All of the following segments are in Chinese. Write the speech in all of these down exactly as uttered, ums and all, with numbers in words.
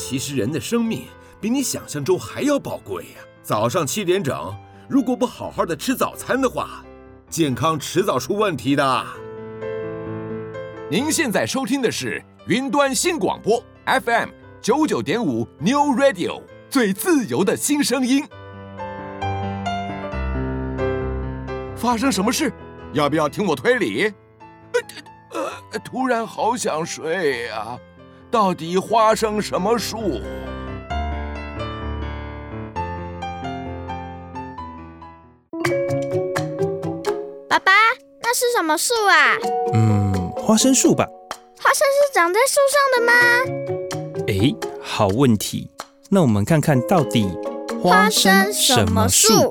其实人的生命比你想象中还要宝贵呀。早上七点整，如果不好好的吃早餐的话，健康迟早出问题的。 您现在收听的是云端新广播 F M 九九点五 New Radio， 最自由的新声音。发生什么事？要不要听我推理？呃呃，突然好想睡呀、啊！到底花生什么树？ 爸爸，那是什么树啊？ 嗯，花生树吧。 花生是长在树上的吗？ 诶，好问题。那我们看看到底花生什么树？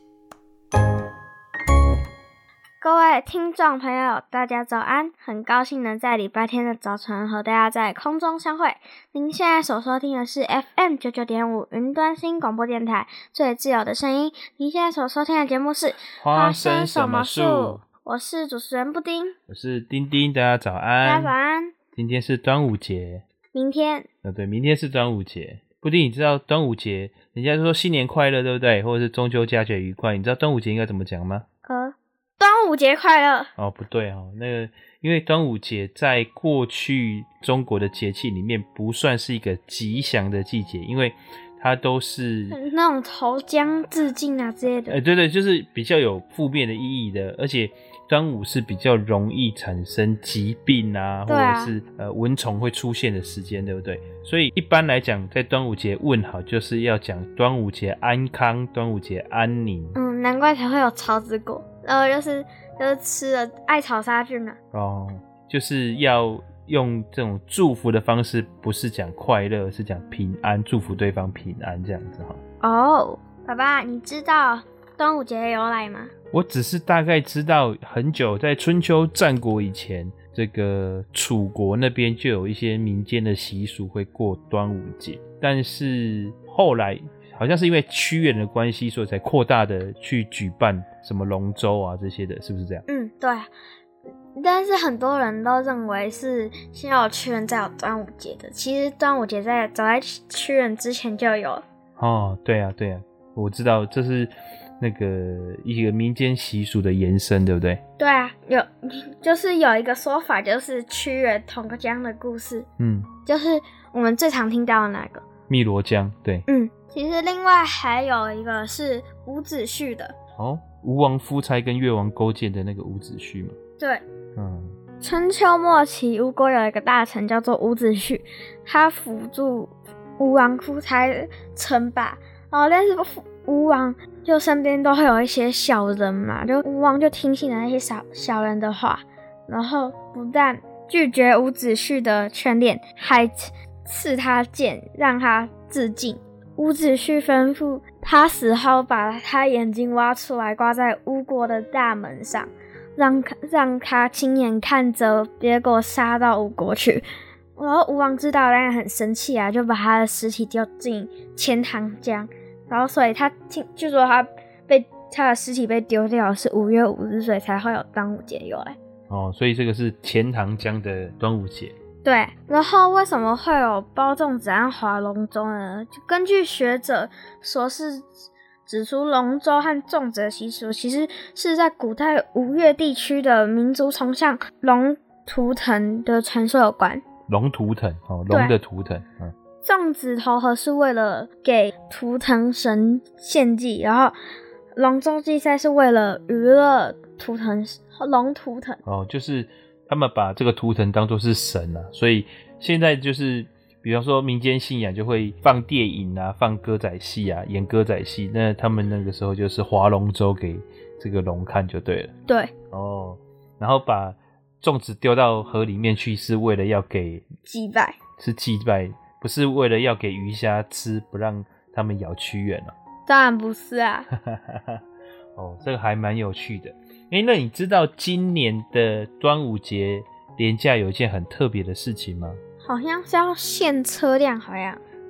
各位听众朋友，大家早安！很高兴能在礼拜天的早晨和大家在空中相会。您现在所收听的是 F M 九九点五云端新广播电台，最自由的声音。您现在所收听的节目是花生什么树？ 我是主持人布丁， 我是丁丁，大家早安！ 大家早安！ 今天是端午节， 明天呃，对，明天是端午节。布丁，你知道端午节，人家说新年快乐，对不对？或者是中秋佳节愉快，你知道端午节应该怎么讲吗？ 呃。端午节快乐！ 哦，不对哦，那个因为端午节在过去中国的节气里面不算是一个吉祥的季节，因为它都是那种投江致敬啊之类的。 呃，对对，就是比较有负面的意义的，而且端午是比较容易产生疾病啊，或者是呃蚊虫会出现的时间，对不对？所以一般来讲，在端午节问好就是要讲端午节安康，端午节安宁。 嗯，难怪才会有草籽果。然后就是就是吃了艾草杀菌啊。 哦，就是要用这种祝福的方式，不是讲快乐，是讲平安，祝福对方平安这样子哈。 哦，爸爸，你知道端午节的由来吗？ 我只是大概知道，很久在春秋战国以前，这个楚国那边就有一些民间的习俗会过端午节，但是后来好像是因为屈原的关系，所以才扩大的去举办什么龙舟啊这些的，是不是这样？ 嗯，对。但是很多人都认为是先有屈原再有端午节的，其实端午节在早在屈原之前就有了。 哦，对啊，对啊，我知道这是那个一个民间习俗的延伸，对不对？ 对啊，有就是有一个说法，就是屈原同江的故事。嗯，就是我们最常听到的那个汨罗江，对。 嗯，其实另外还有一个是伍子胥的。哦， 吴王夫差跟越王勾践的那个伍子胥嘛。 对。嗯，春秋末期，吴国有一个大臣叫做伍子胥，他辅助吴王夫差称霸。然后，但是吴王就身边都会有一些小人嘛，就吴王就听信了那些小小人的话，然后不但拒绝伍子胥的劝谏，还赐他剑让他自尽。伍子胥吩咐他死后把他眼睛挖出来挂在吴国的大门上，让让他亲眼看着别国杀到吴国去。然后吴王知道，当然很生气啊，就把他的尸体丢进钱塘江。然后所以他听据说他被他的尸体被丢掉是五月五日，所以才会有端午节由来。 哦，所以这个是钱塘江的端午节。 对，然后为什么会有包粽子和划龙舟呢？就根据学者说是指出，龙舟和粽子的习俗其实是在古代吴越地区的民族崇尚龙图腾的传说有关。 龙图腾哦，龙的图腾。嗯， 粽子投河是为了给图腾神献祭，然后龙舟祭赛是为了娱乐图腾龙图腾。 哦，就是他们把这个图腾当作是神啊，所以现在就是比方说民间信仰就会放电影啊，放歌仔戏啊，演歌仔戏，那他们那个时候就是划龙舟给这个龙看就对了。 对。 哦，然后把粽子丢到河里面去是为了要给祭拜，是祭拜，不是为了要给鱼虾吃，不让他们咬屈原哦。 当然不是啊。 哦，这个还蛮有趣的。诶，那你知道今年的端午节连假有一件很特别的事情吗？ 好像是要限车辆，好像。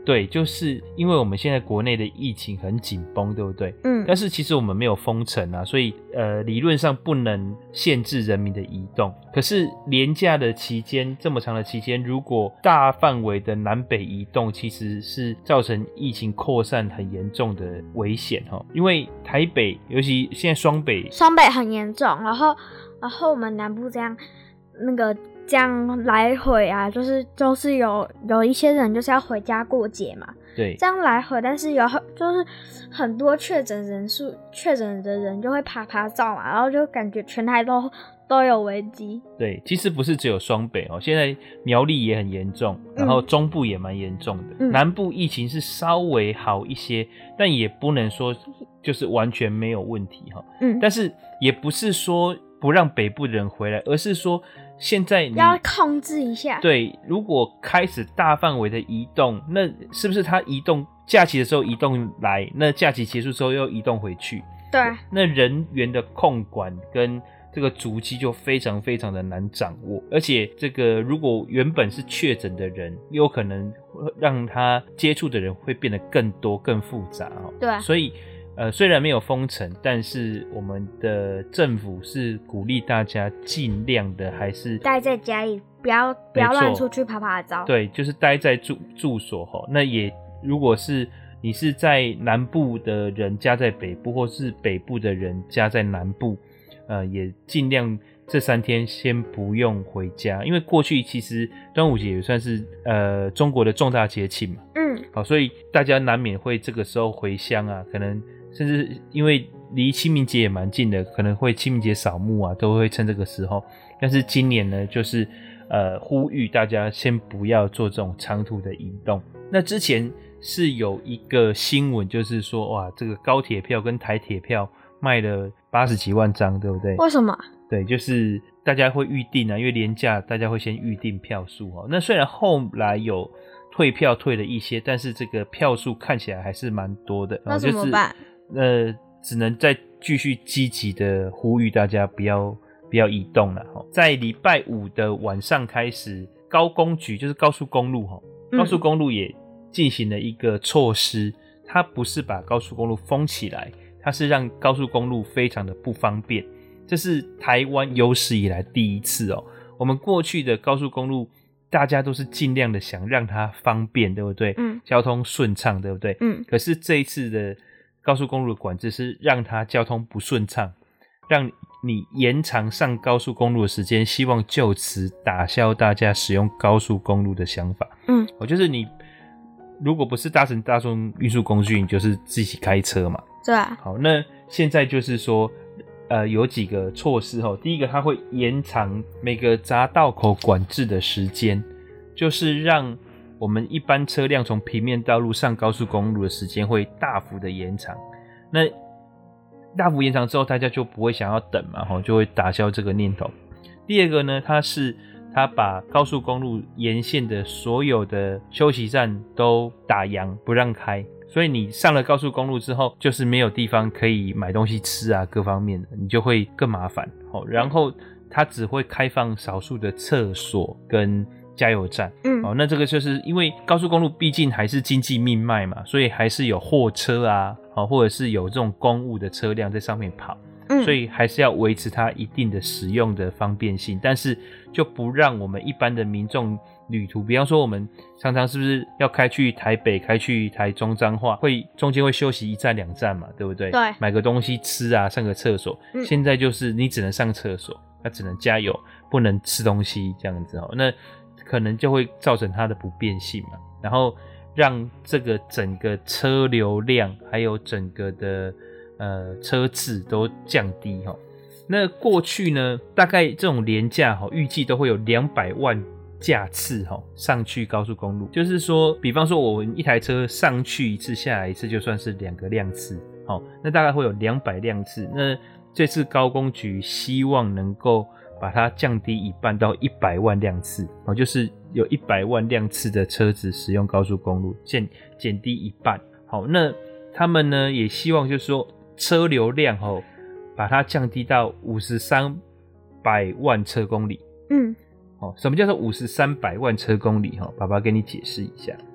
对，就是因为我们现在国内的疫情很紧绷，对不对？ 嗯， 但是其实我们没有封城啊，所以呃理论上不能限制人民的移动。可是连假的期间，这么长的期间，如果大范围的南北移动，其实是造成疫情扩散很严重的危险哈。因为台北，尤其现在双北， 双北很严重，然后然后我们南部这样那个。这样来回啊，就是就是有有一些人就是要回家过节嘛， 对， 这样来回，但是有就是很多确诊人数，确诊的人就会爬爬照嘛，然后就感觉全台都都有危机。 对，其实不是只有双北哦，现在苗栗也很严重，然后中部也蛮严重的，嗯，南部疫情是稍微好一些，但也不能说就是完全没有问题哈。嗯，但是也不是说不让北部的人回来，而是说。现在你要控制一下， 对，如果开始大范围的移动，那是不是他移动假期的时候移动来，那假期结束之后又移动回去？ 对， 那人员的控管跟这个足迹就非常非常的难掌握，而且这个如果原本是确诊的人，有可能让他接触的人会变得更多更复杂哦。 对， 所以。呃，虽然没有封城，但是我们的政府是鼓励大家尽量的还是待在家里，不要不要乱出去爬爬照。 对，就是待在住住所吼。那也如果是你是在南部的人家在北部，或是北部的人家在南部，呃，也尽量这三天先不用回家，因为过去其实端午节也算是呃中国的重大节庆嘛。嗯，好，所以大家难免会这个时候回乡啊，可能。甚至因为离清明节也蛮近的，可能会清明节扫墓啊，都会趁这个时候。但是今年呢，就是呃呼吁大家先不要做这种长途的移动。那之前是有一个新闻，就是说哇，这个高铁票跟台铁票卖了八十几万张，对不对？ 为什么？ 对，就是大家会预定啊，因为连假大家会先预定票数哦。那虽然后来有退票退了一些，但是这个票数看起来还是蛮多的。 那怎么办？ 就是呃，只能再继续积极的呼吁大家不要不要移动了。在礼拜五的晚上开始，高公局就是高速公路，高速公路也进行了一个措施，它不是把高速公路封起来，它是让高速公路非常的不方便。这是台湾有史以来第一次哦。我们过去的高速公路，大家都是尽量的想让它方便，对不对？嗯，交通顺畅，对不对？嗯。可是这一次的高速公路的管制是让它交通不顺畅，让你延长上高速公路的时间，希望就此打消大家使用高速公路的想法。嗯，我就是你如果不是搭乘大众运输工具，你就是自己开车嘛。 对啊。 好，那现在就是说，呃，有几个措施哦。第一个，它会延长每个匝道口管制的时间，就是让我们一般车辆从平面道路上高速公路的时间会大幅的延长。那大幅延长之后，大家就不会想要等嘛，就会打消这个念头。第二个呢，它是它把高速公路沿线的所有的休息站都打烊不让开，所以你上了高速公路之后，就是没有地方可以买东西吃啊，各方面的你就会更麻烦。然后它只会开放少数的厕所跟加油站。嗯，哦，那这个就是因为高速公路毕竟还是经济命脉嘛，所以还是有货车啊，哦，或者是有这种公务的车辆在上面跑。嗯，所以还是要维持它一定的使用的方便性，但是就不让我们一般的民众旅途，比方说我们常常是不是要开去台北、开去台中彰化，会中间会休息一站两站嘛，对不对？ 对， 买个东西吃啊，上个厕所。嗯，现在就是你只能上厕所，那只能加油，不能吃东西这样子哦，那可能就会造成它的不便性嘛，然后让这个整个车流量还有整个的呃车次都降低齁。那过去呢，大概这种连假齁，预计都会有两百万架次齁上去高速公路，就是说，比方说我们一台车上去一次，下来一次，就算是两个辆次齁，那大概会有两百辆次。那这次高公局希望能够把它降低一半到一百万辆次，就是有一百万辆次的车子使用高速公路，减减低一半。好，那他们呢也希望就是说车流量哦，把它降低到五十三百万车公里。嗯，好，什么叫做五十三百万车公里？哈，爸爸跟你解释一下。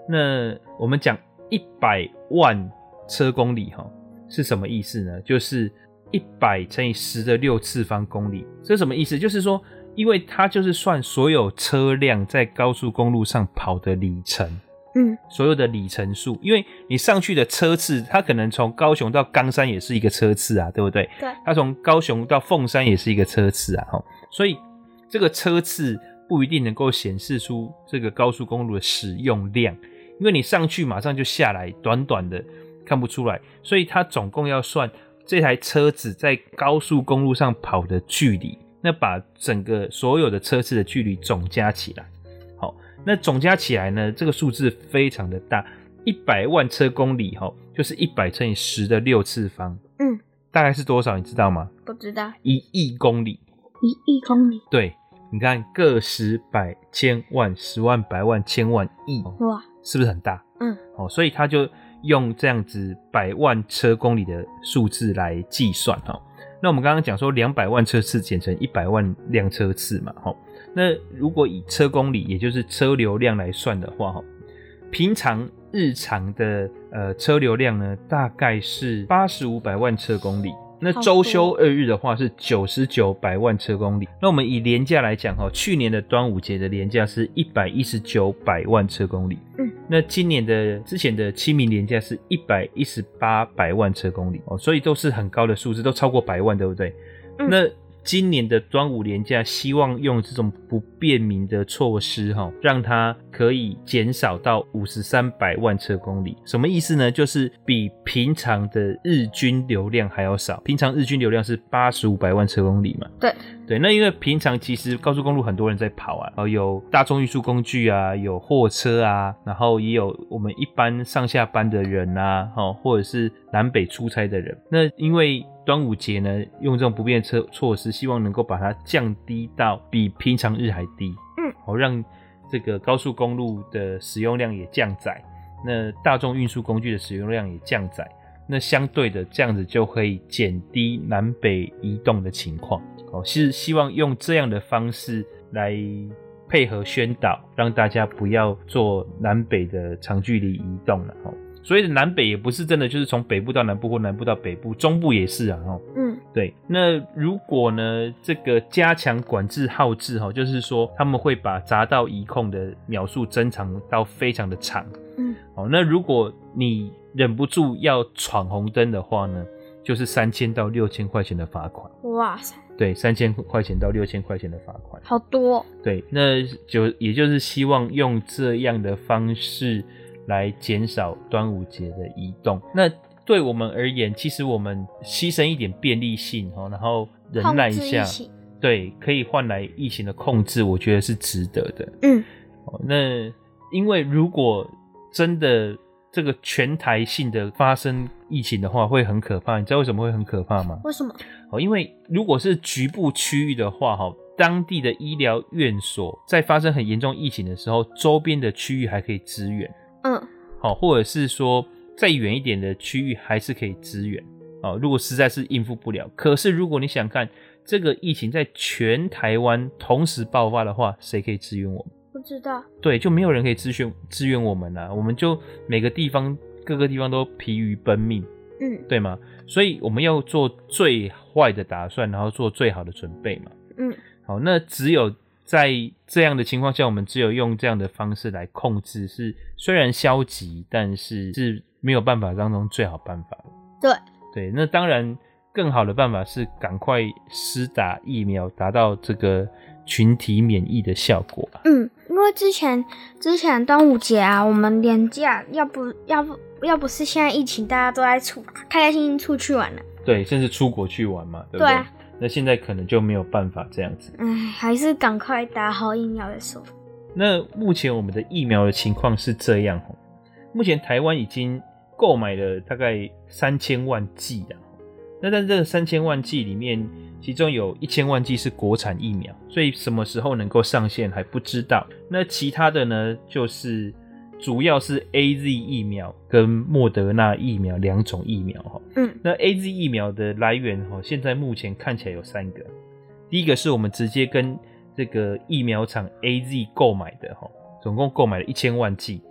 那我们讲一百万车公里齁是什么意思呢？就是一百乘以十的六次方公里。这是什么意思？就是说因为它就是算所有车辆在高速公路上跑的里程， 嗯， 所有的里程数，因为你上去的车次，它可能从高雄到冈山也是一个车次啊，对不对？ 对。 它从高雄到凤山也是一个车次啊，所以这个车次不一定能够显示出这个高速公路的使用量，因为你上去马上就下来，短短的看不出来，所以它总共要算这台车子在高速公路上跑的距离。那把整个所有的车次的距离总加起来，好，那总加起来呢，这个数字非常的大，一百万车公里齁，就是一百乘以十的六次方， 嗯， 大概是多少？你知道吗？ 不知道。 一亿公里。 一亿公里？ 对，你看个十百千万十万百万千万亿， 哇， 是不是很大？ 嗯， 哦，所以他就用这样子百万车公里的数字来计算齁。那我们刚刚讲说两百万车次减成一百万辆车次嘛，齁，那如果以车公里也就是车流量来算的话，齁，平常日常的呃车流量呢大概是八十五百万车公里，那周休二日的话是九十九百万车公里。那我们以连假来讲，去年的端午节的连假是一百一十九百万车公里， 嗯， 那今年的之前的清明连假是一百一十八百万车公里，所以都是很高的数字，都超过百万，对不对？ 嗯， 那今年的端午连假希望用这种不便民的措施让它可以减少到五十三百万车公里。什么意思呢？就是比平常的日均流量还要少，平常日均流量是八十五百万车公里嘛。 对对，那因为平常其实高速公路很多人在跑啊，有大众运输工具啊，有货车啊，然后也有我们一般上下班的人啊，或者是南北出差的人。那因为端午节呢，用这种不便车措施，希望能够把它降低到比平常日还低， 嗯， 好让这个高速公路的使用量也降载，那大众运输工具的使用量也降载，那相对的这样子就可以减低南北移动的情况。哦，是希望用这样的方式来配合宣导，让大家不要做南北的长距离移动了。哦，所以南北也不是真的就是从北部到南部或南部到北部，中部也是啊。哦， 嗯， 对。那如果呢，这个加强管制号志，哦，就是说他们会把匝道移控的秒数增长到非常的长。 嗯， 哦，那如果你忍不住要闯红灯的话呢，就是三千到六千块钱的罚款。 哇塞！ 对，三千块钱到六千块钱的罚款， 好多。 对，那就也就是希望用这样的方式来减少端午节的移动。那对我们而言，其实我们牺牲一点便利性，然后忍耐一下，对，可以换来疫情的控制，我觉得是值得的。 嗯， 那因为如果真的这个全台性的发生疫情的话，会很可怕。你知道为什么会很可怕吗？ 为什么？ 因为如果是局部区域的话，当地的医疗院所在发生很严重疫情的时候，周边的区域还可以支援。 嗯， 或者是说再远一点的区域还是可以支援。如果实在是应付不了，可是如果你想看这个疫情在全台湾同时爆发的话，谁可以支援我们？ 不知道。对， 就没有人可以支援支援我们啊，我们就每个地方各个地方都疲于奔命， 嗯， 对吗？所以我们要做最坏的打算，然后做最好的准备嘛。 嗯， 好，那只有在这样的情况下，我们只有用这样的方式来控制，是虽然消极，但是是没有办法当中最好办法的。 对对，那当然更好的办法是赶快施打疫苗，达到这个群体免疫的效果啊。 嗯，因为之前之前端午节啊，我们连假要不要不要不是现在疫情，大家都在出开开心心出去玩了。 对，甚至出国去玩嘛，对不对？ 对啊。 那现在可能就没有办法这样子。 唉，还是赶快打好疫苗再说。 那目前我们的疫苗的情况是这样，目前台湾已经购买了大概三千万剂啊。那在这个三千万剂里面，其中有一千万剂是国产疫苗，所以什么时候能够上线还不知道。那其他的呢，就是主要是 A Z 疫苗跟莫德纳疫苗两种疫苗。 嗯， 那 A Z 疫苗的来源现在目前看起来有三个。第一个是我们直接跟这个疫苗厂 A Z 购买的，总共购买了一千万剂。 嗯，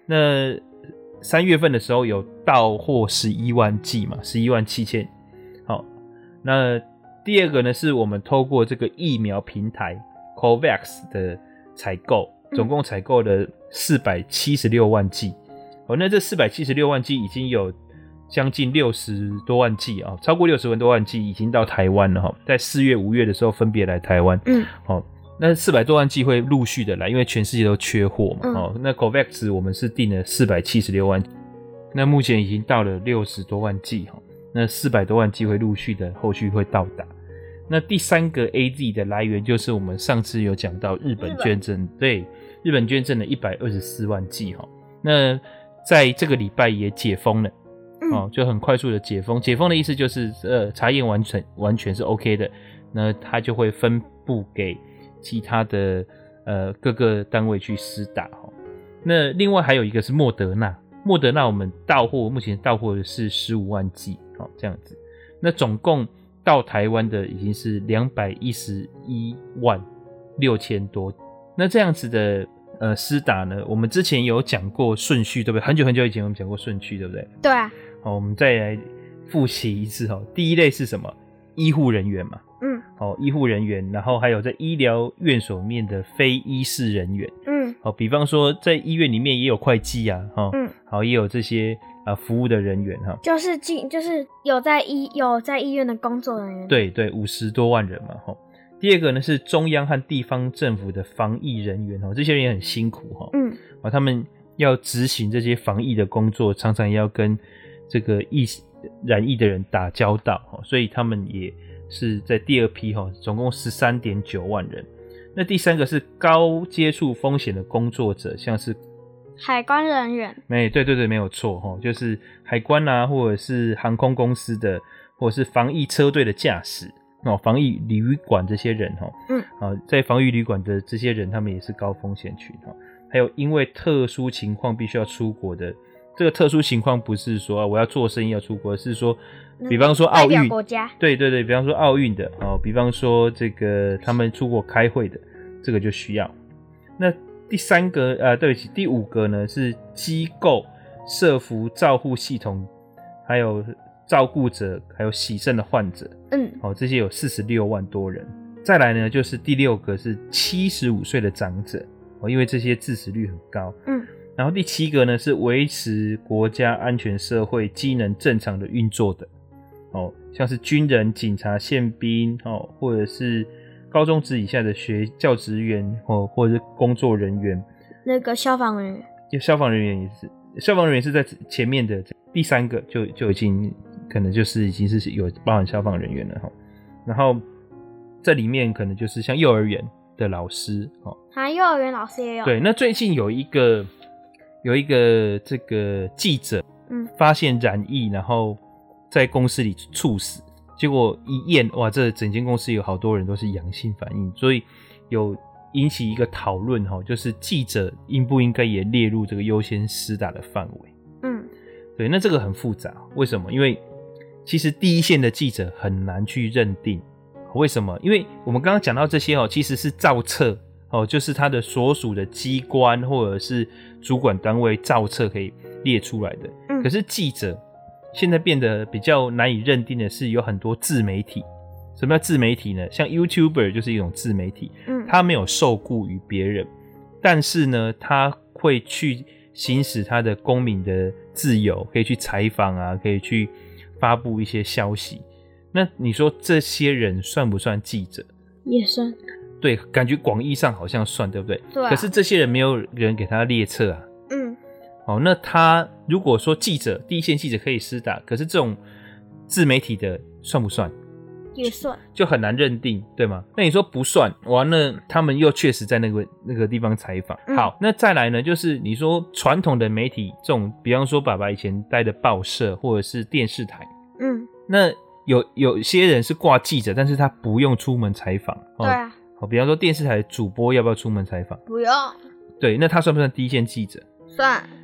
那三月份的时候有到货十一万剂嘛，十一万七千。好，那第二个呢，是我们透过这个疫苗平台 COVAX 的采购，总共采购了四百七十六万剂。哦，那这四百七十六万剂已经有将近六十多万剂啊，超过六十多万剂已经到台湾了哈，在四月、五月的时候分别来台湾。嗯，好、哦，那四百多万剂会陆续的来，因为全世界都缺货嘛。嗯、哦，那 COVAX 我们是订了四百七十六万，那目前已经到了六十多万剂哈，那四百多万剂会陆续的后续会到达。那第三个 A Z 的来源就是我们上次有讲到日本捐赠，对，日本捐赠了一百二十四万剂哈，那在这个礼拜也解封了。哦，就很快速的解封。解封的意思就是，呃，查验完全完全是 OK 的，那它就会分布给其他的呃各个单位去施打。哦，那另外还有一个是莫德纳，莫德纳我们到货目前到货的是十五万剂，哦，这样子。那总共到台湾的已经是两百一十一万六千多。那这样子的呃施打呢，我们之前有讲过顺序，对不对？很久很久以前我们讲过顺序，对不对？ 对啊。 好，我们再来复习一次。第一类是什么？医护人员嘛。嗯。好，医护人员，然后还有在医疗院所面的非医事人员。嗯。好，比方说在医院里面也有会计啊，哈。嗯。好，也有这些啊服务的人员哈。 就是进，就是有在医有在医院的工作人员。 对对，五十多万人嘛，哈。第二个呢是中央和地方政府的防疫人员哈，这些人也很辛苦哈。嗯。啊，他们要执行这些防疫的工作，常常也要跟这个疫染疫的人打交道，所以他们也是在第二批，总共 十三点九万人。那第三个是高接触风险的工作者，像是海关人员。 对对对，没有错，就是海关啊，或者是航空公司的，或者是防疫车队的驾驶，防疫旅馆这些人，嗯，在防疫旅馆的这些人他们也是高风险群。还有因为特殊情况必须要出国的，这个特殊情况不是说、啊、我要做生意要出国，而是说比方说奥运、嗯、 国家， 对对对，比方说奥运的、哦、比方说这个他们出国开会的，这个就需要。那第三个呃，对不起，第五个呢是机构社福照护系统，还有照顾者，还有洗肾的患者，嗯，好、哦，这些有四十六万多人。再来呢，就是第六个是七十五岁的长者，哦，因为这些致死率很高，嗯。然后第七个呢是维持国家安全社会机能正常的运作的，哦，像是军人、警察、宪兵，哦，或者是高中职以下的学教职员，哦，或者是工作人员， 那个消防人员， 消防人员也是，消防人员是在前面的第三个就就已经可能就是已经是有包含消防人员了哈。然后这里面可能就是像幼儿园的老师，哦， 啊，幼儿园老师也有。 对，那最近有一个。有一个这个记者，嗯，发现染疫，然后在公司里猝死，结果一验，哇，这整间公司有好多人都是阳性反应，所以有引起一个讨论哈，就是记者应不应该也列入这个优先施打的范围？嗯，对，那这个很复杂，为什么？因为其实第一线的记者很难去认定，为什么？因为我们刚刚讲到这些哦，其实是造册。哦，就是他的所属的机关或者是主管单位造册可以列出来的。嗯，可是记者现在变得比较难以认定的是，有很多自媒体。什么叫自媒体呢？像 YouTuber 就是一种自媒体，嗯，他没有受雇于别人，但是呢，他会去行使他的公民的自由，可以去采访啊，可以去发布一些消息。那你说这些人算不算记者？ 也算。 对，感觉广义上好像算，对不对？ 对、啊。 可是这些人没有人给他列册啊。嗯。好，那他如果说记者，第一线记者可以施打，可是这种自媒体的算不算？ 也算。就很难认定，对吗？那你说不算，完了他们又确实在那个那个地方采访。嗯、好，那再来呢，就是你说传统的媒体，这种比方说爸爸以前待的报社或者是电视台，嗯，那有有些人是挂记者，但是他不用出门采访。 对啊。 好，比方说电视台主播要不要出门采访？ 不用。 对，那他算不算第一线记者？ 算。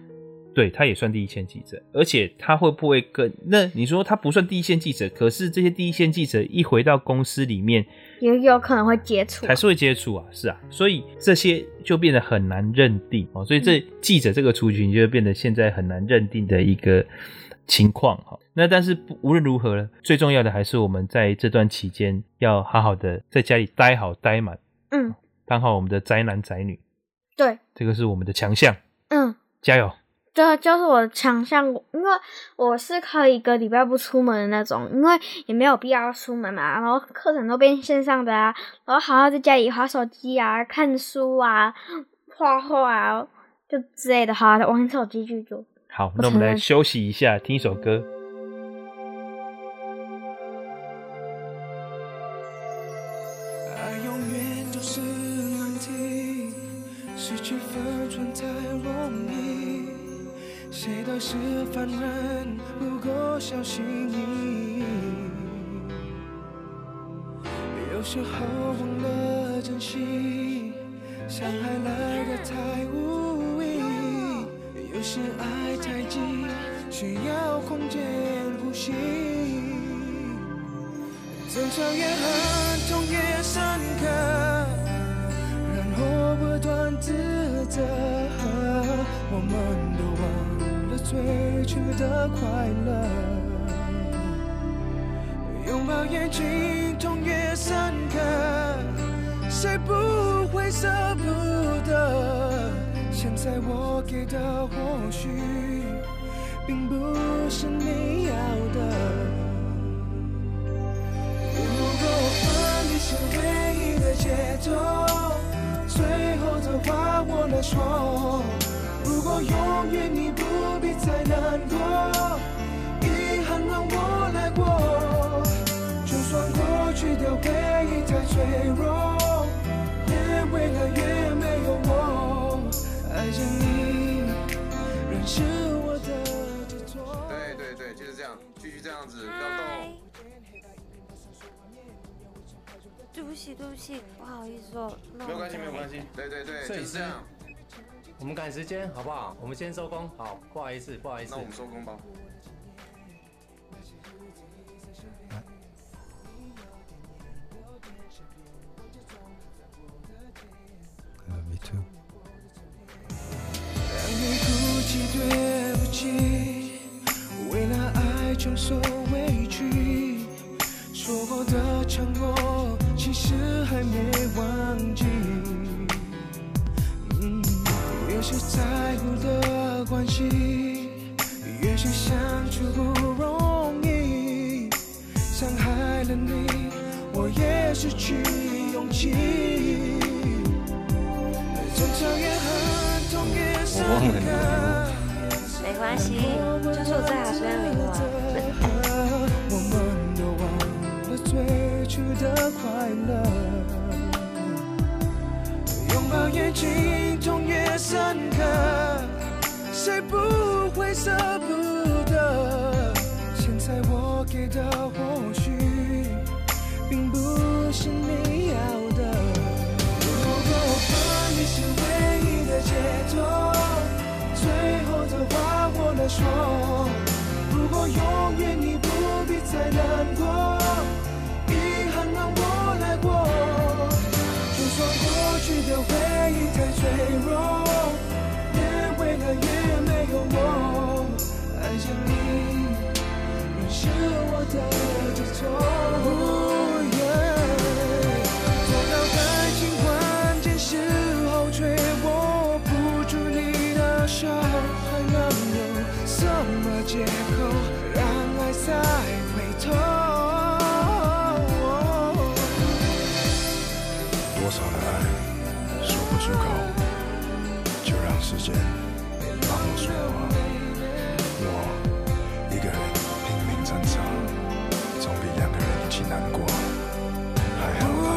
对，他也算第一线记者，而且他会不会跟那你说他不算第一线记者，可是这些第一线记者一回到公司里面， 也有可能会接触， 还是会接触啊，是啊，所以这些就变得很难认定哦，所以这记者这个族群就变得现在很难认定的一个情况哈。那但是无论如何呢，最重要的还是我们在这段期间要好好的在家里待好待满， 嗯， 当好我们的宅男宅女， 对， 这个是我们的强项， 嗯， 加油。 这就是我的强项，因为我是可以一个礼拜不出门的那种，因为也没有必要出门嘛，然后课程都变线上的啊，然后好好在家里滑手机啊、看书啊、画画啊，就之类的，好好的玩手机去做。 好，那我们来休息一下，听一首歌。 爱永远就是难题，失去分寸太容易，谁都是凡人，不够小心翼翼，有时候忘了珍惜，伤害来得太无意，有时爱太急，需要空间呼吸，争吵越狠，痛越深刻，然后不断自责，我们都忘了最初的快乐，拥抱眼睛，痛越深刻，谁不会舍不得，现在我给的或许并不是你要的，如果分离是唯一的解脱，最后的话我来说，如果永远你不必再难过，遗憾让我来过，就算过去的回忆太脆弱，也未来越没有我，爱着你仍是我的寄托。 对对对，就是这样，继续这样子，不要动。 对不起，对不起，不好意思哦。 没有关系，没有关系。对对对，就是这样。 我们赶时间好不好？我们先收工。好，不好意思，不好意思。 那我们收工吧。 Me too。让你哭泣，对不起，为了爱承受委屈，说过的承诺，其实还没忘记。嗯，越是在乎的关系，越是相处不容易，伤害了你，我也失去勇气。 我忘了你。 没关系，就是我最好随便你玩。 我们都忘了最初的快乐，拥抱眼睛，痛越深刻，谁不会舍不得？现在我给的或许并不是你要的。如果分离是唯一的解脱，最后的话我来说，如果永远你不必再难过，遗憾让我来过，就算过去的回忆太脆弱，也未来越没有我，爱着你仍是我的寄托。走到感情关键时候，却握不住你的手，还能有什么借口让爱再回头？ 多少的爱说不出口，就让时间帮我说话。我一个人拼命挣扎，总比两个人一起难过还好吧。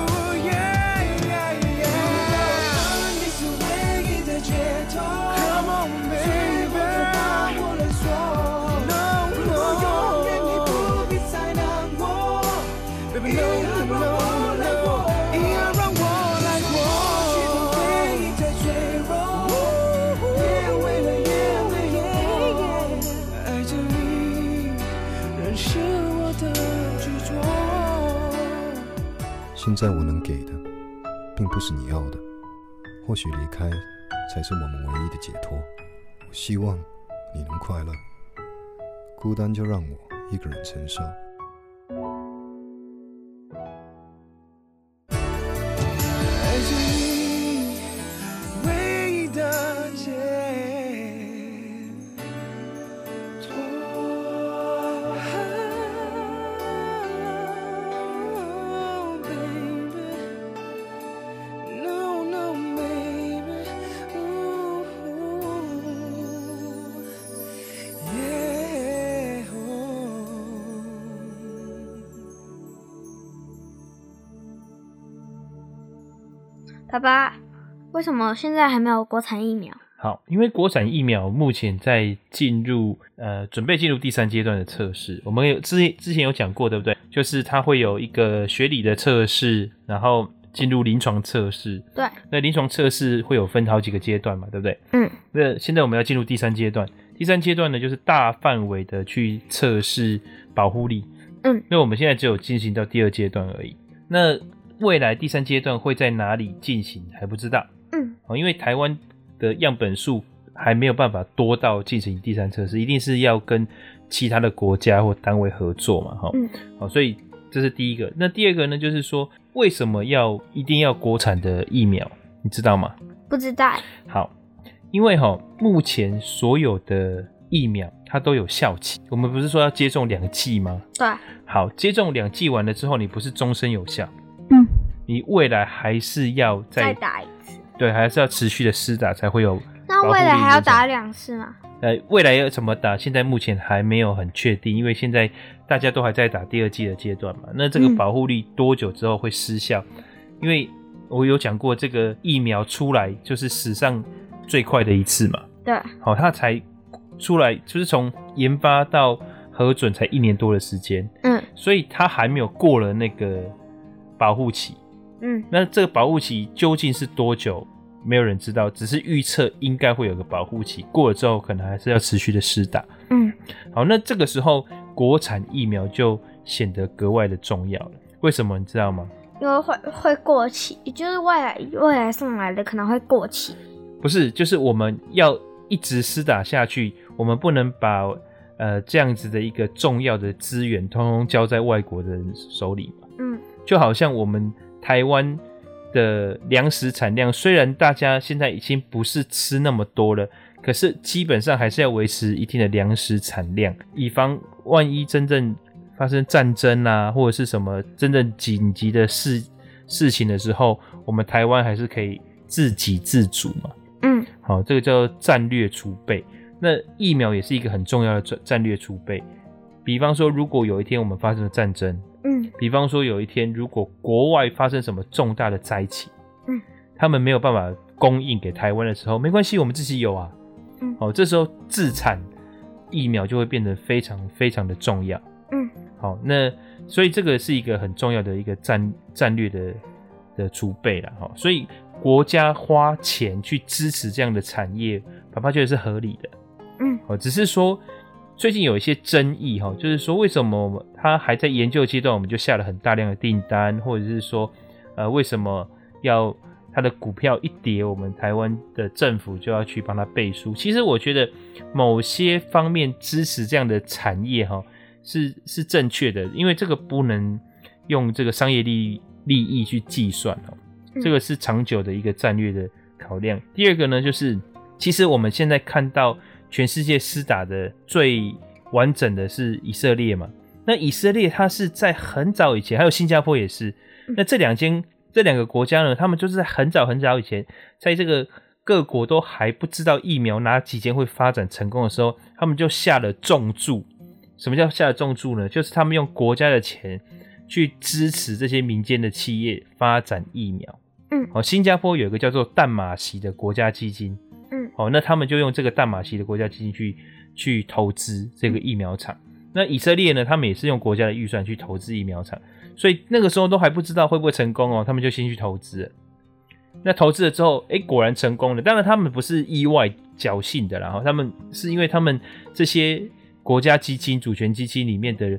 你是唯一的解脱。Come on baby， 我来说，如果永远你不必再难过， Baby no no no， 遗憾让我来过，过去的回忆太脆弱，也未来也没有我， 现在我能给的并不是你要的，或许离开才是我们唯一的解脱。我希望你能快乐，孤单就让我一个人承受。 爱是你唯一的解脱。Oh, baby, no, no, baby, ooh, yeah, oh. 爸爸，为什么现在还没有国产疫苗？ 好，因为国产疫苗目前在进入呃准备进入第三阶段的测试，我们有之前之前有讲过，对不对？就是它会有一个学理的测试，然后进入临床测试。 对， 那临床测试会有分好几个阶段嘛，对不对？ 嗯。 那现在我们要进入第三阶段，第三阶段呢就是大范围的去测试保护力。 嗯。 那我们现在只有进行到第二阶段而已。那未来第三阶段会在哪里进行还不知道。 嗯。 哦，因为台湾的样本数还没有办法多到进行第三测试，一定是要跟其他的国家或单位合作嘛，齁。 嗯。 好，所以这是第一个。那第二个呢，就是说为什么要一定要国产的疫苗，你知道吗？ 不知道。 好，因为齁目前所有的疫苗它都有效期，我们不是说要接种两剂吗？ 对。 好，接种两剂完了之后，你不是终身有效？ 嗯。 你未来还是要再再打一次。 对，还是要持续的施打才会有。 那未来还要打两次吗？ 呃，未来要怎么打？现在目前还没有很确定，因为现在大家都还在打第二剂的阶段嘛。那这个保护力多久之后会失效？嗯、因为我有讲过，这个疫苗出来就是史上最快的一次嘛。 对。 好，它才出来，就是从研发到核准才一年多的时间。 嗯。 所以它还没有过了那个保护期。 嗯。 那这个保护期究竟是多久？没有人知道，只是预测应该会有个保护期，过了之后可能还是要持续的施打。 嗯， 好，那这个时候国产疫苗就显得格外的重要了。为什么你知道吗？ 因为会会过期，就是未来未来送来的可能会过期。 不是，就是我们要一直施打下去，我们不能把呃这样子的一个重要的资源通通交在外国的人手里嘛。 嗯， 就好像我们台湾的粮食产量，虽然大家现在已经不是吃那么多了，可是基本上还是要维持一定的粮食产量，以防万一真正发生战争啊，或者是什么真正紧急的事事情的时候，我们台湾还是可以自给自足嘛。 嗯， 好，这个叫战略储备。那疫苗也是一个很重要的战略储备。比方说，如果有一天我们发生了战争， 嗯， 比方说有一天如果国外发生什么重大的灾情， 嗯， 他们没有办法供应给台湾的时候，没关系，我们自己有啊。 嗯， 好，这时候自产疫苗就会变得非常非常的重要。 嗯， 好，那所以这个是一个很重要的一个战战略的的储备啦。哈，所以国家花钱去支持这样的产业，爸爸觉得是合理的。 嗯， 好，只是说最近有一些争议哈，就是说为什么他还在研究阶段，我们就下了很大量的订单，或者是说，呃，为什么要他的股票一跌，我们台湾的政府就要去帮他背书？其实我觉得某些方面支持这样的产业哈，是是正确的，因为这个不能用这个商业利利益去计算哦，这个是长久的一个战略的考量。第二个呢，就是其实我们现在看到全世界施打的最完整的是以色列嘛，那以色列它是在很早以前，还有新加坡也是，那这两间这两个国家呢，他们就是在很早很早以前，在这个各国都还不知道疫苗哪几间会发展成功的时候，他们就下了重注。什么叫下了重注呢？就是他们用国家的钱去支持这些民间的企业发展疫苗。 嗯， 好，新加坡有一个叫做淡马锡的国家基金。 嗯， 好，那他们就用这个淡马锡的国家基金去去投资这个疫苗厂。那以色列呢，他们也是用国家的预算去投资疫苗厂，所以那个时候都还不知道会不会成功哦，他们就先去投资了。那投资了之后，哎，果然成功了。当然，他们不是意外侥幸的啦，他们是因为他们这些国家基金、主权基金里面的这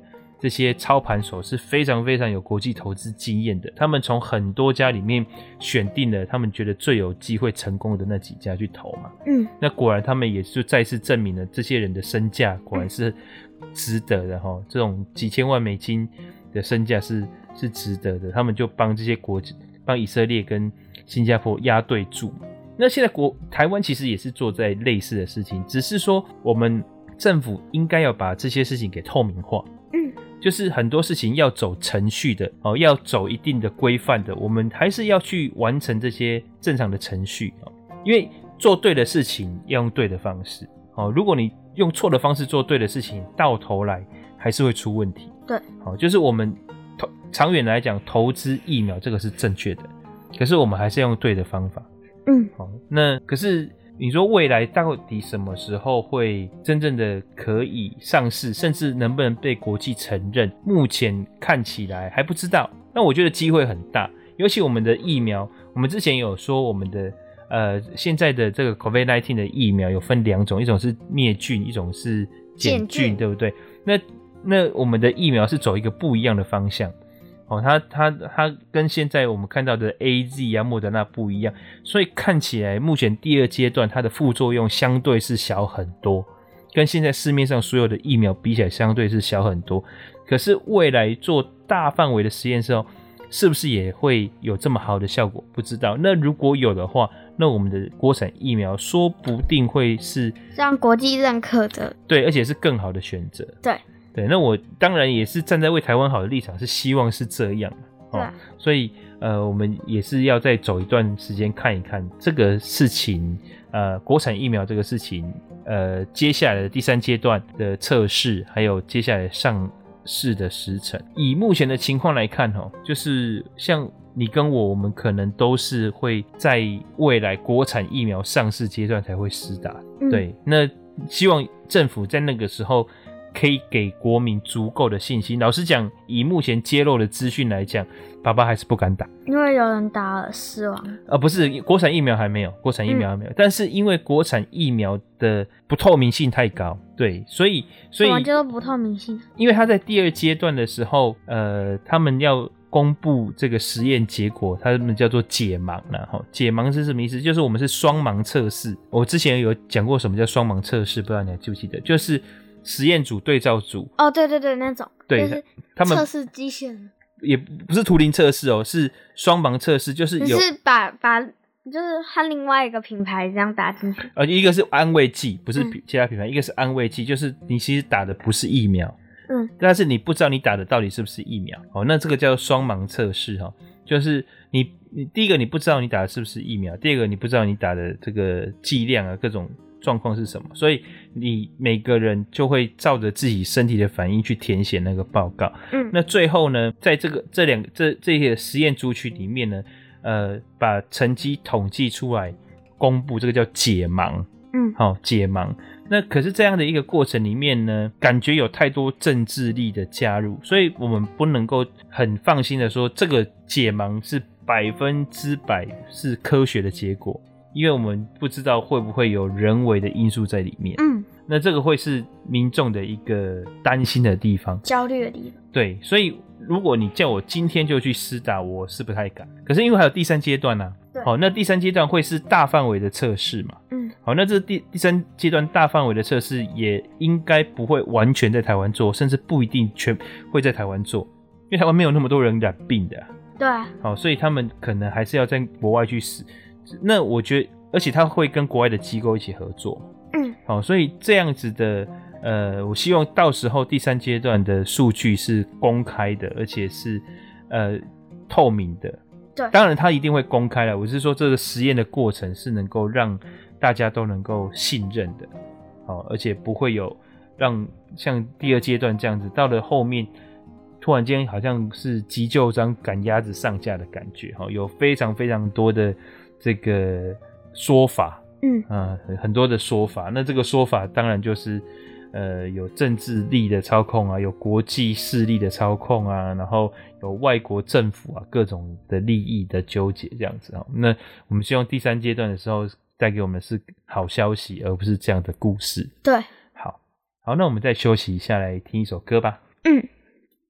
这些操盘手是非常非常有国际投资经验的，他们从很多家里面选定了他们觉得最有机会成功的那几家去投嘛。 嗯， 那果然他们也就再次证明了这些人的身价果然是值得的齁，这种几千万美金的身价是是值得的，他们就帮这些国帮以色列跟新加坡押对注。那现在国台湾其实也是做在类似的事情，只是说我们政府应该要把这些事情给透明化。 嗯， 就是很多事情要走程序的哦，要走一定的规范的，我们还是要去完成这些正常的程序哦。因为做对的事情要用对的方式哦，如果你用错的方式做对的事情，到头来还是会出问题。 对， 好，就是我们投长远来讲，投资疫苗这个是正确的，可是我们还是要用对的方法。 嗯， 好，那可是你说未来到底什么时候会真正的可以上市，甚至能不能被国际承认，目前看起来还不知道。那我觉得机会很大，尤其我们的疫苗，我们之前有说我们的呃现在的这个 COVID 十九 的疫苗有分两种，一种是灭菌，一种是减菌，对不对？那那我们的疫苗是走一个不一样的方向。哦，它它它跟现在我们看到的 A Z 啊、莫德纳不一样，所以看起来目前第二阶段它的副作用相对是小很多，跟现在市面上所有的疫苗比起来相对是小很多。可是未来做大范围的实验时候，是不是也会有这么好的效果？不知道。那如果有的话，那我们的国产疫苗说不定会是让国际认可的， 对，而且是更好的选择。 对。 对，那我当然也是站在为台湾好的立场，是希望是这样的、哦、所以呃，我们也是要再走一段时间看一看这个事情，呃，国产疫苗这个事情，呃，接下来的第三阶段的测试，还有接下来上市的时程。以目前的情况来看，哦，就是像你跟我，我们可能都是会在未来国产疫苗上市阶段才会施打。嗯、对，那希望政府在那个时候可以给国民足够的信心。老实讲，以目前揭露的资讯来讲，爸爸还是不敢打， 因为有人打了死亡。 呃，不是，国产疫苗还没有，国产疫苗还没有，嗯、但是因为国产疫苗的不透明性太高，对，所以所以什么叫做不透明性？ 因为他在第二阶段的时候，呃，他们要公布这个实验结果，他们叫做解盲啦。齁，解盲是什么意思？就是我们是双盲测试。我之前有讲过什么叫双盲测试，不知道你还记不记得？就是实验组、对照组。 哦，对对对，那种。 对， 就是他们测试机械人。 也不是图灵测试哦，是双盲测试，就是有。 你是把把就是和另外一个品牌这样打进去。 呃，一个是安慰剂，不是其他品牌；嗯、一个是安慰剂，就是你其实打的不是疫苗。 嗯， 但是你不知道你打的到底是不是疫苗。哦，那这个叫做双盲测试哈，就是你你第一个你不知道你打的是不是疫苗，第二个你不知道你打的这个剂量啊各种状况是什么，所以你每个人就会照着自己身体的反应去填写那个报告。 嗯， 那最后呢，在这个这两这这些实验族群里面呢，呃，把成绩统计出来公布，这个叫解盲。 嗯， 好、哦，解盲。那可是这样的一个过程里面呢，感觉有太多政治力的加入，所以我们不能够很放心的说这个解盲是百分之百是科学的结果，因为我们不知道会不会有人为的因素在里面。 嗯， 那这个会是民众的一个担心的地方， 焦虑的地方。 对，所以如果你叫我今天就去施打，我是不太敢。可是因为还有第三阶段啊，好、哦，那第三阶段会是大范围的测试嘛？ 嗯， 好，那这第第三阶段大范围的测试也应该不会完全在台湾做，甚至不一定全会在台湾做，因为台湾没有那么多人染病的、啊。 对啊， 好，所以他们可能还是要在国外去试。那我觉得，而且他会跟国外的机构一起合作。 嗯， 好，所以这样子的。呃，我希望到时候第三阶段的数据是公开的，而且是呃透明的。 对， 当然它一定会公开了。我是说这个实验的过程是能够让大家都能够信任的，好，而且不会有让像第二阶段这样子，到了后面突然间好像是急救章赶鸭子上架的感觉，哈，有非常非常多的这个说法， 嗯啊、呃，很多的说法。那这个说法当然就是。呃，有政治力的操控啊，有国际势力的操控啊，然后有外国政府啊，各种的利益的纠结这样子啊。那我们希望第三阶段的时候带给我们的是好消息，而不是这样的故事。 对， 好，好，那我们再休息一下，来听一首歌吧。 嗯。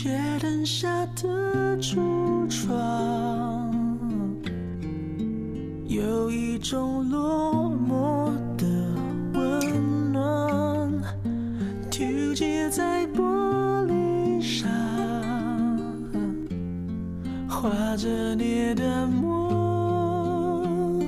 街灯下的橱窗，有一种落寞的温暖，丢弃在玻璃上，画着你的模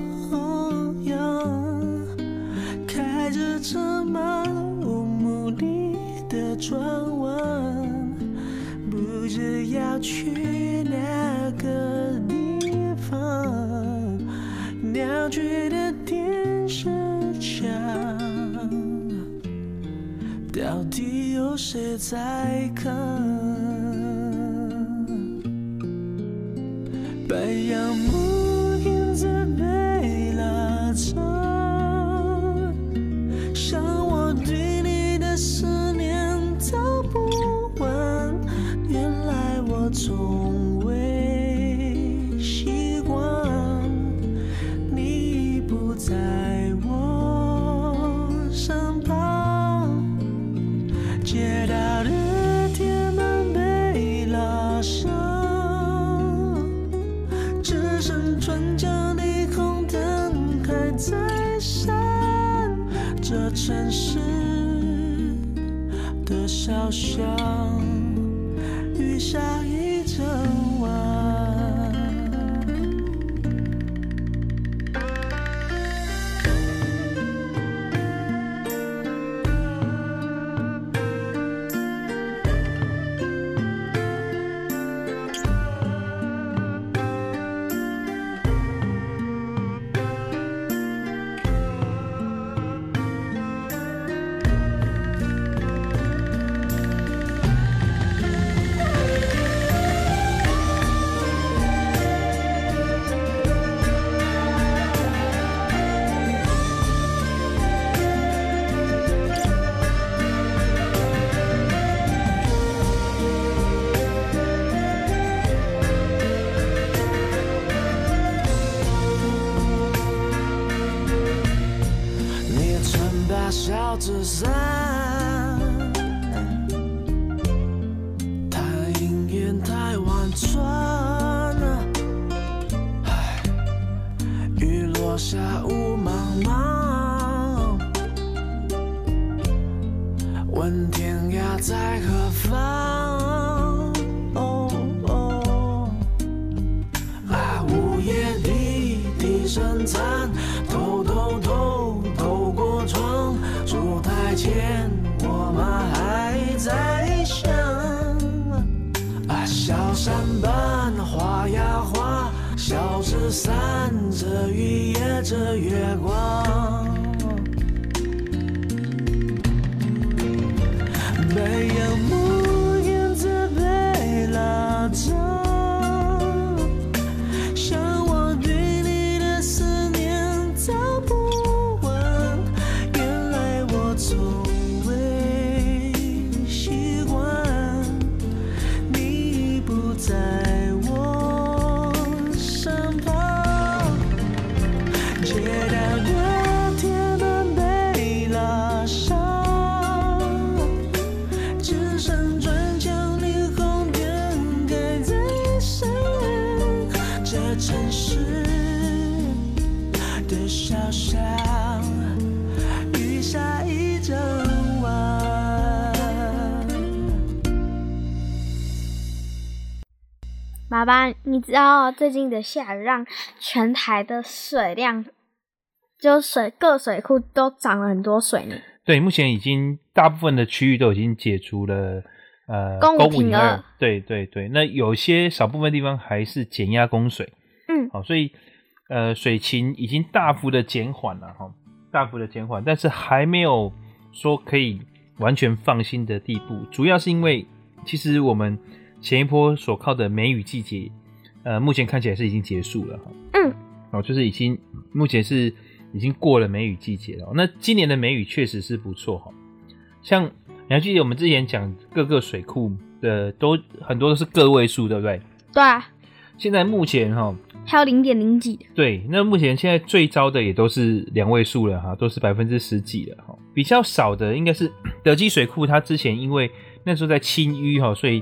样，开着车漫无目的的转弯，不知要去哪个地方，鸟居的电视墙，到底有谁在看？白杨木影子被拉长，像我对你的思念走不完，原来我从未习惯你不在我身旁，街道的铁门被拉上，只剩转角霓虹灯还在闪，这城市的小巷雨下一整晚。小纸伞，它隐隐太婉转，唉，雨落下雾茫茫，问天涯在何方？哦哦，啊，午夜滴滴声残，偷偷偷透过窗，烛台前我们还在想，啊，小山般画呀画，小纸伞遮雨也遮月光，白杨木影子被拉长，像我对你的思念走不完，原来我从未习惯你不在我身旁，街道的铁门被拉上，只剩转角霓虹灯还在闪，这城市的小巷雨下一整晚。 爸爸，你知道最近的下雨让全台的水量，就水各水库都涨了很多水呢。 对，目前已经大部分的区域都已经解除了呃供供五停停二二，对对对，那有些少部分地方还是减压供水， 嗯， 好，所以呃水情已经大幅的减缓了哈，大幅的减缓，但是还没有说可以完全放心的地步，主要是因为其实我们前一波所靠的梅雨季节，呃，目前看起来是已经结束了哈， 嗯， 哦，就是已经目前是已经过了梅雨季节了。那今年的梅雨确实是不错哈，像你还记得我们之前讲各个水库的都很多都是个位数，对不对？ 对啊， 现在目前哈， 还有零点零几的， 对，那目前现在最糟的也都是两位数了哈，都是百分之十几了哈。比较少的应该是德基水库，它之前因为那时候在清淤哈，所以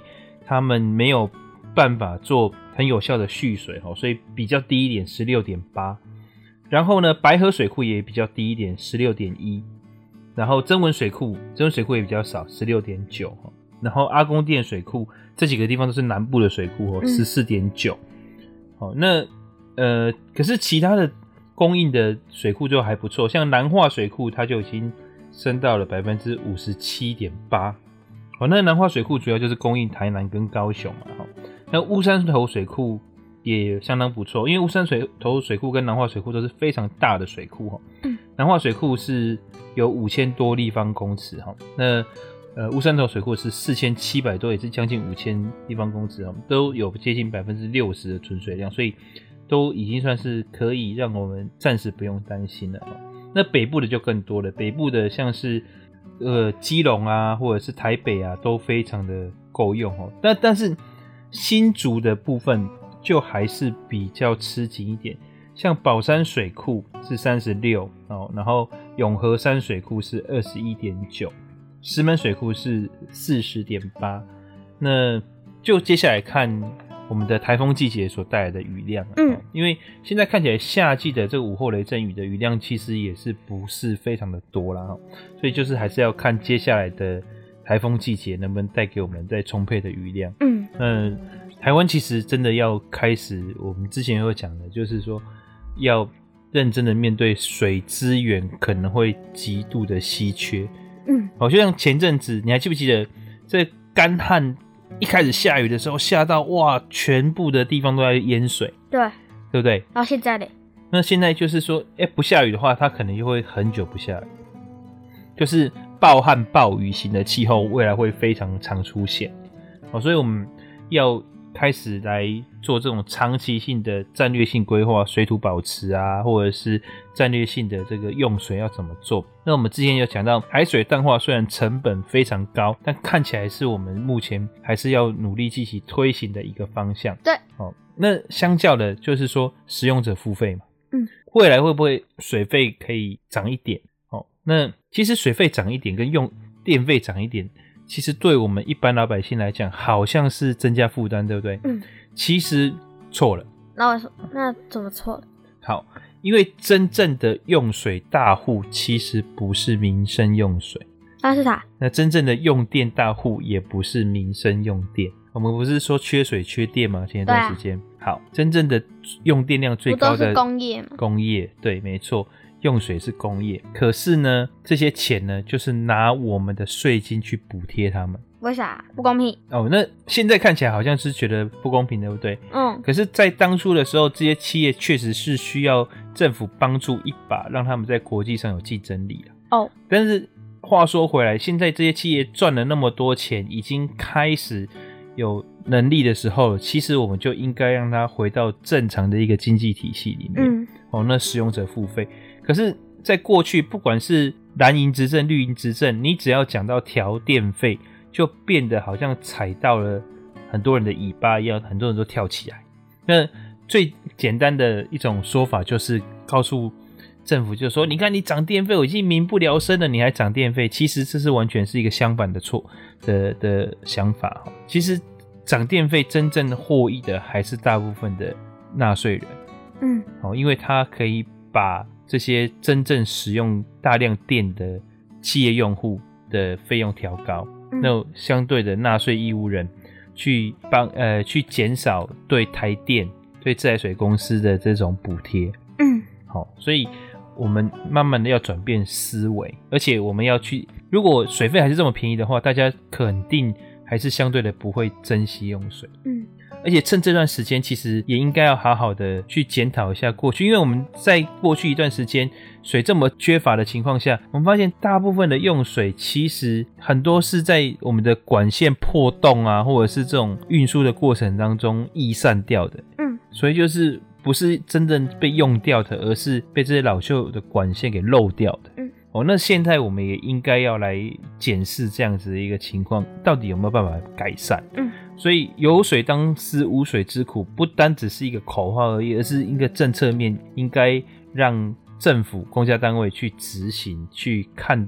他们没有办法做很有效的蓄水，所以比较低一点 十六点八。 然后呢，白河水库也比较低一点 十六点一。 然后曾文水库曾文水库也比较少 十六点九。 然后阿公店水库这几个地方都是南部的水库 十四点九。 好，那呃可是其他的供应的水库就还不错，像南化水库它就已经升到了 百分之五十七点八。 好，那南化水库主要就是供应台南跟高雄嘛。那乌山头水库也相当不错，因为乌山水头水库跟南化水库都是非常大的水库。嗯，南化水库是有五千多立方公尺，那呃乌山头水库是四千七百多，也是将近五千立方公尺，都有接近 百分之六十 的存水量，所以都已经算是可以让我们暂时不用担心了。那北部的就更多了，北部的像是呃基隆啊或者是台北啊都非常的够用。但但是新竹的部分就还是比较吃紧一点，像宝山水库是三十六，然后永和山水库是 二十一点九， 石门水库是 四十点八。 那就接下来看我们的台风季节所带来的雨量。嗯，因为现在看起来夏季的这个午后雷阵雨的雨量其实也是不是非常的多啦，所以就是还是要看接下来的台风季节能不能带给我们再充沛的雨量。嗯，那台湾其实真的要开始，我们之前有讲的，就是说要认真的面对水资源可能会极度的稀缺。嗯，好，就像前阵子你还记不记得这干旱一开始下雨的时候，下到哇，全部的地方都在淹水， 对， 对不对？ 然后现在嘞， 那现在就是说，哎、欸，不下雨的话，它可能就会很久不下雨，就是暴旱暴雨型的气候，未来会非常常出现。好，所以我们要开始来做这种长期性的战略性规划，水土保持啊，或者是战略性的这个用水要怎么做。那我们之前有讲到海水淡化虽然成本非常高，但看起来是我们目前还是要努力积极推行的一个方向。 对， 好，那相较的就是说使用者付费嘛，嗯，未来会不会水费可以涨一点？哦，那其实水费涨一点跟用电费涨一点，其实对我们一般老百姓来讲好像是增加负担，对不对？嗯，其实错了。 那我说，那怎么错了？ 好，因为真正的用水大户其实不是民生用水， 那是啥？ 那真正的用电大户也不是民生用电。我们不是说缺水缺电吗？前一段时间、啊，好，真正的用电量最高的不都是工业吗？ 工业，对，没错。用水是工业，可是呢，这些钱呢，就是拿我们的税金去补贴他们。 为啥不公平？ 哦，那现在看起来好像是觉得不公平，对不对？嗯。可是，在当初的时候，这些企业确实是需要政府帮助一把，让他们在国际上有竞争力啊。哦。但是话说回来，现在这些企业赚了那么多钱，已经开始有能力的时候，其实我们就应该让它回到正常的一个经济体系里面。嗯。哦，那使用者付费。可是在过去不管是蓝营执政绿营执政，你只要讲到调电费，就变得好像踩到了很多人的尾巴一样，很多人都跳起来。那最简单的一种说法就是告诉政府，就是说你看你涨电费我已经民不聊生了，你还涨电费，其实这是完全是一个相反的错的的想法。其实涨电费真正获益的还是大部分的纳税人。嗯，好，因为他可以把这些真正使用大量电的企业用户的费用调高，嗯、那相对的纳税义务人去帮呃去减少对台电、对自来水公司的这种补贴。嗯，好，所以我们慢慢的要转变思维，而且我们要去，如果水费还是这么便宜的话，大家肯定还是相对的不会珍惜用水。嗯。而且趁这段时间，其实也应该要好好的去检讨一下过去，因为我们在过去一段时间水这么缺乏的情况下，我们发现大部分的用水其实很多是在我们的管线破洞啊，或者是这种运输的过程当中逸散掉的。嗯，所以就是不是真正被用掉的，而是被这些老旧的管线给漏掉的。嗯。哦，那现在我们也应该要来检视这样子的一个情况，到底有没有办法改善？嗯，所以有水当思无水之苦，不单只是一个口号而已，而是一个政策面，应该让政府、公家单位去执行，去看到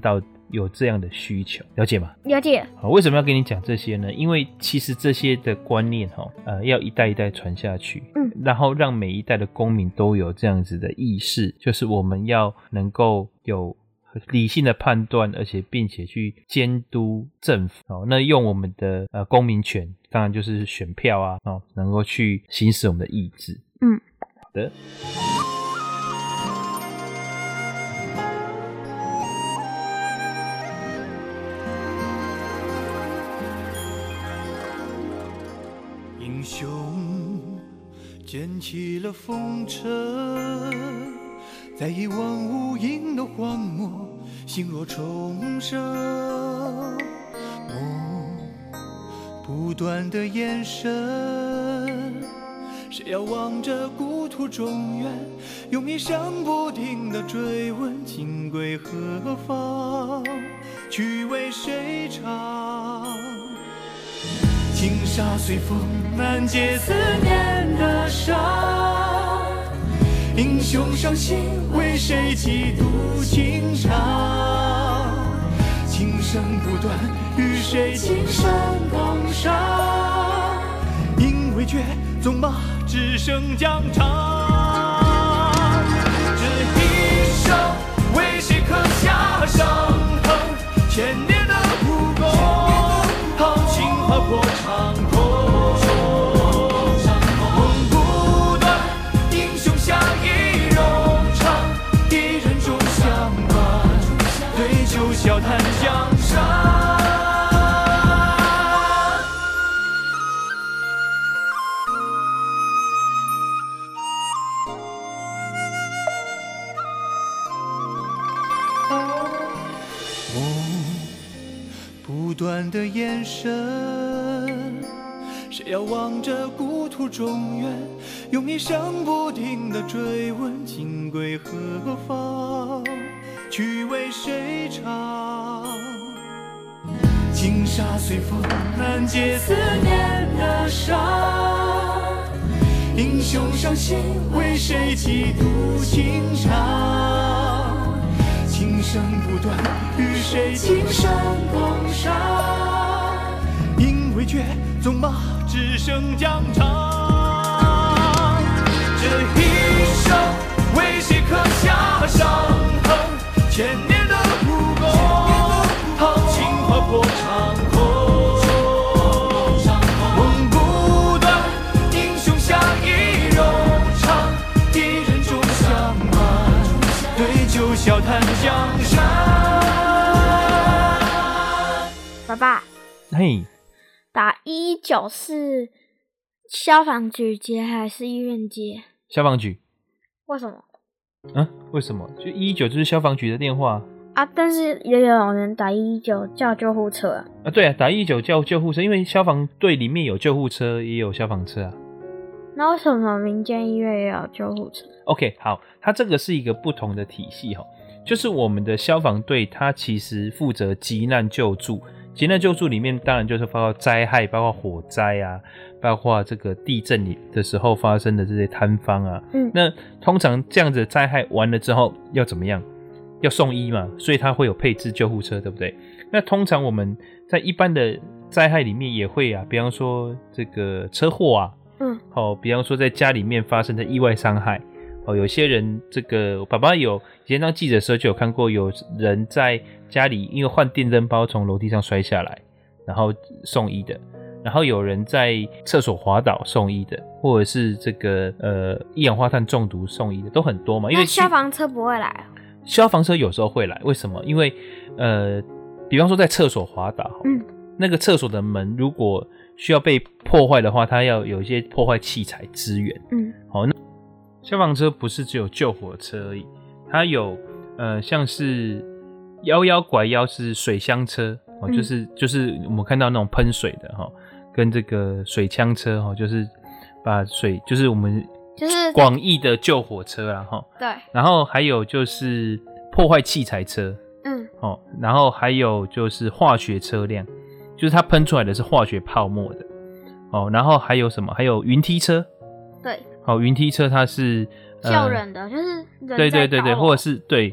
有这样的需求，了解吗？ 了解。 好，为什么要跟你讲这些呢？因为其实这些的观念哈，呃，要一代一代传下去， 嗯， 然后让每一代的公民都有这样子的意识，就是我们要能够有理性的判断，而且并且去监督政府。哦，那用我们的呃公民权，当然就是选票啊，哦，能够去行使我们的意志。 嗯， 好的。 英雄捡起了风尘，在一望无垠的荒漠，心若重生。梦不断的延伸，谁要望着故土中原，用一生不停的追问，情归何方，去为谁唱？轻纱随风，难解思念的伤。英雄伤心，为谁几度情长？情深不断，与谁青山岗上？因为绝，纵马只剩疆场。这一生，为谁刻下伤痕？千年的苦功，豪情划破长空。笑谈江山，梦不断的延伸，谁要望着故土中原，用一生不停的追问，情归何方，去为谁唱？轻纱随风，难解思念的伤。英雄伤心，为谁几度情长？情深不断，与谁青山岗上？因为绝，纵马只剩疆场。这一生，为谁刻下伤痕？千年的苦功，豪情划破长空。梦不断，英雄相依柔肠，一人中相伴，对酒笑谈江山。 爸爸， 嘿， 打一一九是消防局接还是医院接？ 消防局。 为什么？ 嗯，为什么？就一一九就是消防局的电话啊，但是也有人打一一九叫救护车啊。 啊，对啊，打一一九叫救护车，因为消防队里面有救护车，也有消防车啊。 那为什么民间医院也有救护车 ？OK， 好，它这个是一个不同的体系哈，就是我们的消防队，它其实负责急难救助。急难救助里面当然就是包括灾害，包括火灾啊，包括这个地震里的时候发生的这些坍方啊。 嗯， 那通常这样子灾害完了之后要怎么样？要送医嘛，所以它会有配置救护车，对不对？那通常我们在一般的灾害里面也会啊，比方说这个车祸啊， 嗯， 好、哦，比方说在家里面发生的意外伤害。哦，有些人这个爸爸有以前当记者的时候就有看过，有人在家里因为换电灯泡从楼梯上摔下来，然后送医的，然后有人在厕所滑倒送医的，或者是这个呃一氧化碳中毒送医的，都很多嘛。因为消防车不会来啊？ 消防车有时候会来，为什么？因为呃，比方说在厕所滑倒， 嗯， 那个厕所的门如果需要被破坏的话，它要有一些破坏器材支援， 嗯， 好，那消防车不是只有救火车而已，它有呃像是摇摇拐腰是水箱车哦， 嗯、 就是就是我们看到那种喷水的哈，跟这个水枪车哈，就是把水就是我们就是广义的救火车啦哈。 对。 然后还有就是破坏器材车， 嗯， 哦，然后还有就是化学车辆，就是它喷出来的是化学泡沫的，哦，然后还有什么？还有云梯车， 对。 好，云梯车它是救人的，呃、就是人对对对对，或者是对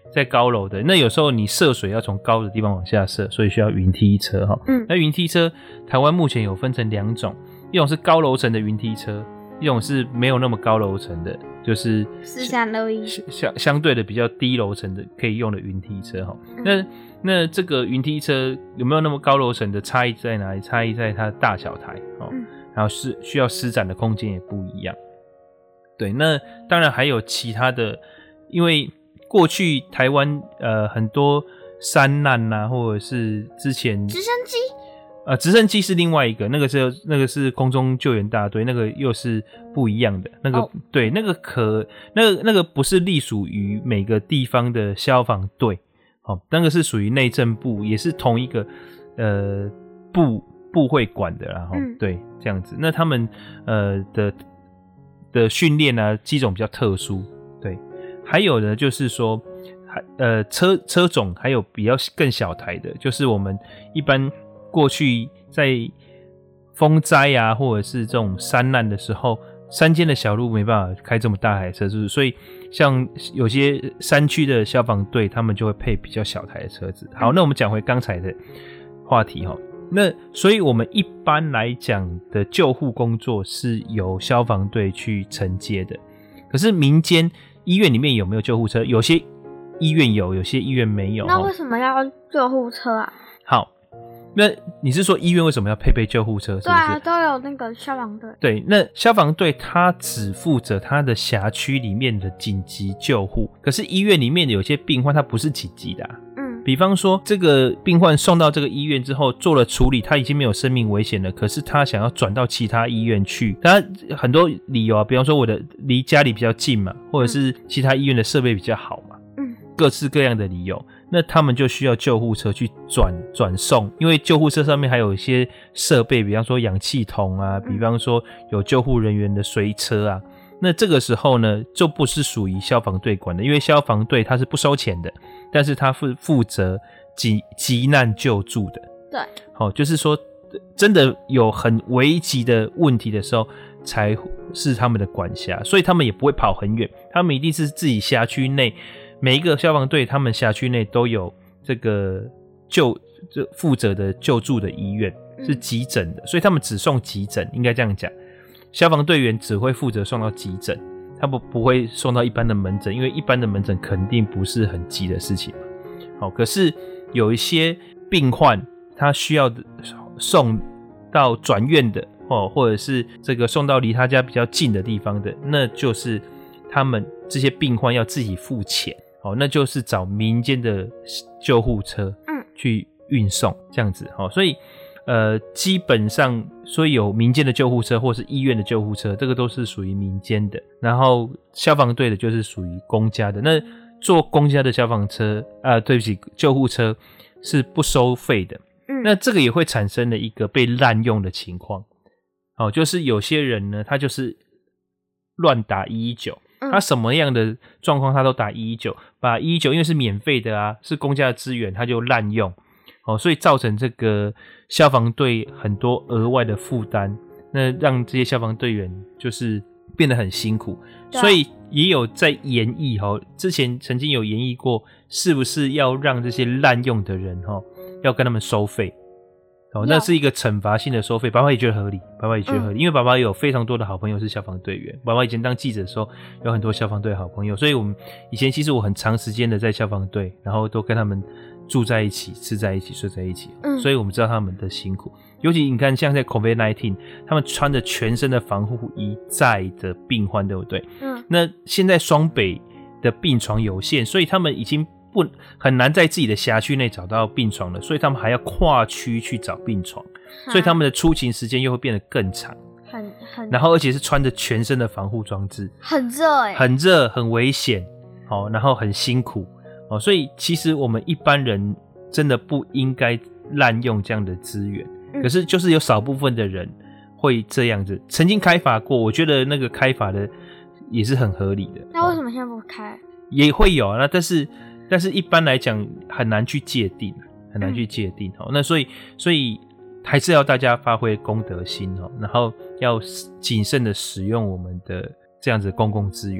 在高楼的，那有时候你涉水要从高的地方往下涉，所以需要云梯车哈。嗯，那云梯车台湾目前有分成两种，一种是高楼层的云梯车，一种是没有那么高楼层的，就是四三二一相相对的比较低楼层的可以用的云梯车哈。嗯、那那这个云梯车有没有那么高楼层的差异在哪里？差异在它的大小台哦，嗯、然后是需要施展的空间也不一样。对，那当然还有其他的，因为过去台湾呃很多山难啊，或者是之前直升机， 呃直升机是另外一个，那个是那个是空中救援大队，那个又是不一样的，那个、oh. 对，那个可那个那个不是隶属于每个地方的消防队，哦，那个是属于内政部，也是同一个呃部部会管的啦，嗯、对，这样子，那他们呃的的训练啊机种比较特殊，对。还有呢，就是说，呃，车车种还有比较更小台的，就是我们一般过去在风灾啊，或者是这种山难的时候，山间的小路没办法开这么大台车子，所以像有些山区的消防队，他们就会配比较小台的车子。好，那我们讲回刚才的话题哈，那所以我们一般来讲的救护工作是由消防队去承接的，可是民间医院里面有没有救护车？有些医院有，有些医院没有。 那为什么要救护车啊？ 好，那你是说医院为什么要配备救护车？是不是？对啊，都有那个消防队。 对，那消防队他只负责他的辖区里面的紧急救护，可是医院里面有些病患他不是紧急的、啊。嗯，比方说这个病患送到这个医院之后做了处理，他已经没有生命危险了，可是他想要转到其他医院去，他很多理由啊，比方说我的离家里比较近嘛，或者是其他医院的设备比较好嘛，嗯，各式各样的理由，那他们就需要救护车去转转送，因为救护车上面还有一些设备，比方说氧气筒啊，比方说有救护人员的随车啊，那这个时候呢，就不是属于消防队管的，因为消防队它是不收钱的，但是它负负责急急难救助的。 对， 好、哦，就是说，真的有很危急的问题的时候，才是他们的管辖，所以他们也不会跑很远，他们一定是自己辖区内，每一个消防队，他们辖区内都有这个救这负责的救助的医院，是急诊的，所以他们只送急诊，应该这样讲。消防队员只会负责送到急诊，他不不会送到一般的门诊，因为一般的门诊肯定不是很急的事情。好，可是有一些病患他需要送到转院的哦，或者是这个送到离他家比较近的地方的，那就是他们这些病患要自己付钱，哦，那就是找民间的救护车，嗯，去运送这样子，哦，所以。呃，基本上，所以有民间的救护车或是医院的救护车，这个都是属于民间的。然后消防队的就是属于公家的。那坐公家的消防车，啊、呃，对不起，救护车是不收费的。嗯，那这个也会产生了一个被滥用的情况。哦，就是有些人呢，他就是乱打一一九，他什么样的状况他都打一一九，把一一九因为是免费的啊，是公家的资源，他就滥用。哦，所以造成这个消防队很多额外的负担，那让这些消防队员就是变得很辛苦，所以也有在研议齁，之前曾经有研议过，是不是要让这些滥用的人齁，要跟他们收费。哦，那是一个惩罚性的收费，爸爸也觉得合理，爸爸也觉得合理，嗯、因为爸爸有非常多的好朋友是消防队员，爸爸以前当记者的时候有很多消防队好朋友，所以我们以前其实我很长时间的在消防队，然后都跟他们住在一起，吃在一起，睡在一起，嗯，所以我们知道他们的辛苦。尤其你看，像在 COVID 十九， 他们穿着全身的防护衣在的病患，对不对？嗯，那现在双北的病床有限，所以他们已经不很难在自己的辖区内找到病床了，所以他们还要跨区去找病床，所以他们的出勤时间又会变得更长， 很很， 然后而且是穿着全身的防护装置， 很热哎、欸， 很热，很危险，哦，然后很辛苦，哦，所以其实我们一般人真的不应该滥用这样的资源，嗯、可是就是有少部分的人会这样子，曾经开罚过，我觉得那个开罚的也是很合理的。 那为什么现在不开？ 也会有啊，那但是。但是一般来讲很难去界定，很难去界定、嗯、那所以所以还是要大家发挥公德心，然后要谨慎的使用我们的这样子的公共资源。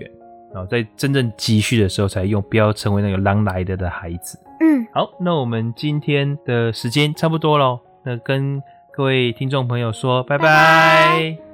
然后在真正急需的时候才用，不要成为那个狼来的的孩子。 嗯， 好，那我们今天的时间差不多咯，那跟各位听众朋友说拜拜。 拜拜。